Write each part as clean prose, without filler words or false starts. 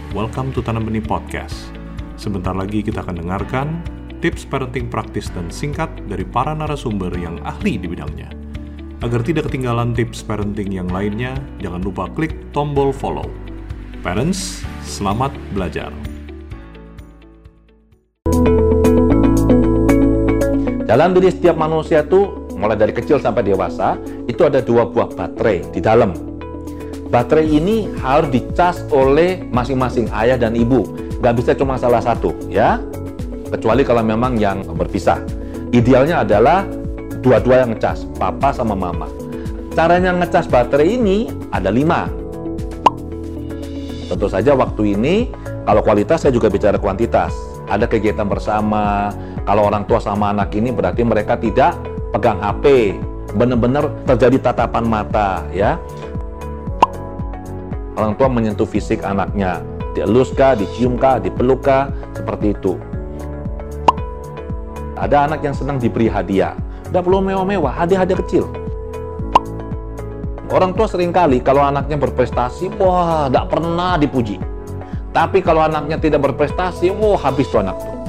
welcome to Tanam Benih Podcast. Sebentar lagi kita akan dengarkan tips parenting praktis dan singkat dari para narasumber yang ahli di bidangnya. Agar tidak ketinggalan tips parenting yang lainnya, jangan lupa klik tombol follow. Parents, selamat belajar. Dalam diri setiap manusia itu, mulai dari kecil sampai dewasa, itu ada 2 buah baterai di dalam. Baterai ini harus dicas oleh masing-masing ayah dan ibu. Nggak bisa cuma salah satu, ya. Kecuali kalau memang yang berpisah. Idealnya adalah dua-dua yang ngecas, papa sama mama. Caranya ngecas baterai ini ada 5. Tentu saja waktu ini, kalau kualitas saya juga bicara kuantitas. Ada kegiatan bersama, kalau orang tua sama anak ini berarti mereka tidak pegang HP. Benar-benar terjadi tatapan mata, ya. Orang tua menyentuh fisik anaknya, dielus kah, dicium kah, dipeluk kah, seperti itu. Ada anak yang senang diberi hadiah, udah perlu mewah-mewah, hadiah-hadiah kecil. Orang tua seringkali kalau anaknya berprestasi, wah, nggak pernah dipuji. Tapi kalau anaknya tidak berprestasi, wah, habis tuh anak tuh.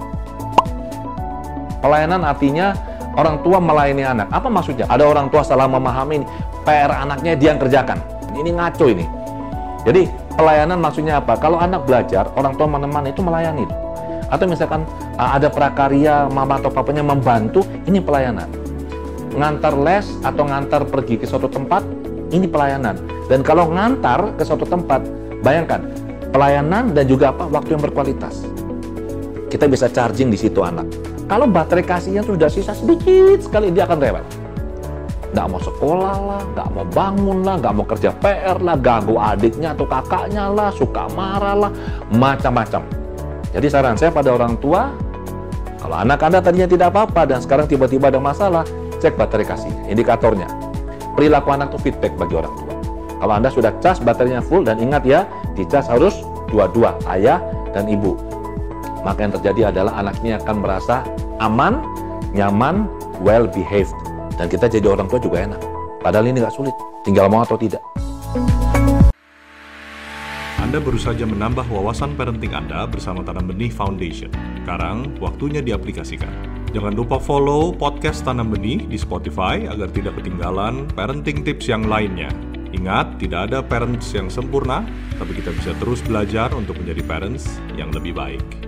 Pelayanan artinya orang tua melayani anak. Apa maksudnya? Ada orang tua salah memahami ini, PR anaknya dia yang kerjakan. Ini ngaco ini. Jadi pelayanan maksudnya apa? Kalau anak belajar, orang tua menemani itu melayani. Atau misalkan ada prakarya, mama atau papanya membantu, ini pelayanan. Ngantar les atau ngantar pergi ke suatu tempat, ini pelayanan. Dan kalau ngantar ke suatu tempat, bayangkan, pelayanan dan juga waktu yang berkualitas. Kita bisa charging di situ anak. Kalau baterai kasihnya sudah sisa sedikit sekali, dia akan rewel. Nggak mau sekolah lah, nggak mau bangun lah, nggak mau kerja PR lah, ganggu adiknya atau kakaknya lah, suka marah lah, macam-macam. Jadi saran saya pada orang tua, kalau anak Anda tadinya tidak apa-apa dan sekarang tiba-tiba ada masalah, cek baterai kasihnya, indikatornya. Perilaku anak itu feedback bagi orang tua. Kalau Anda sudah cas baterainya full, dan ingat ya, dicas harus dua-dua, ayah dan ibu. Maka yang terjadi adalah anaknya akan merasa aman, nyaman, well behaved. Dan kita jadi orang tua juga enak. Padahal ini nggak sulit, tinggal mau atau tidak. Anda baru saja menambah wawasan parenting Anda bersama Tanam Benih Foundation. Sekarang, waktunya diaplikasikan. Jangan lupa follow podcast Tanam Benih di Spotify agar tidak ketinggalan parenting tips yang lainnya. Ingat, tidak ada parents yang sempurna, tapi kita bisa terus belajar untuk menjadi parents yang lebih baik.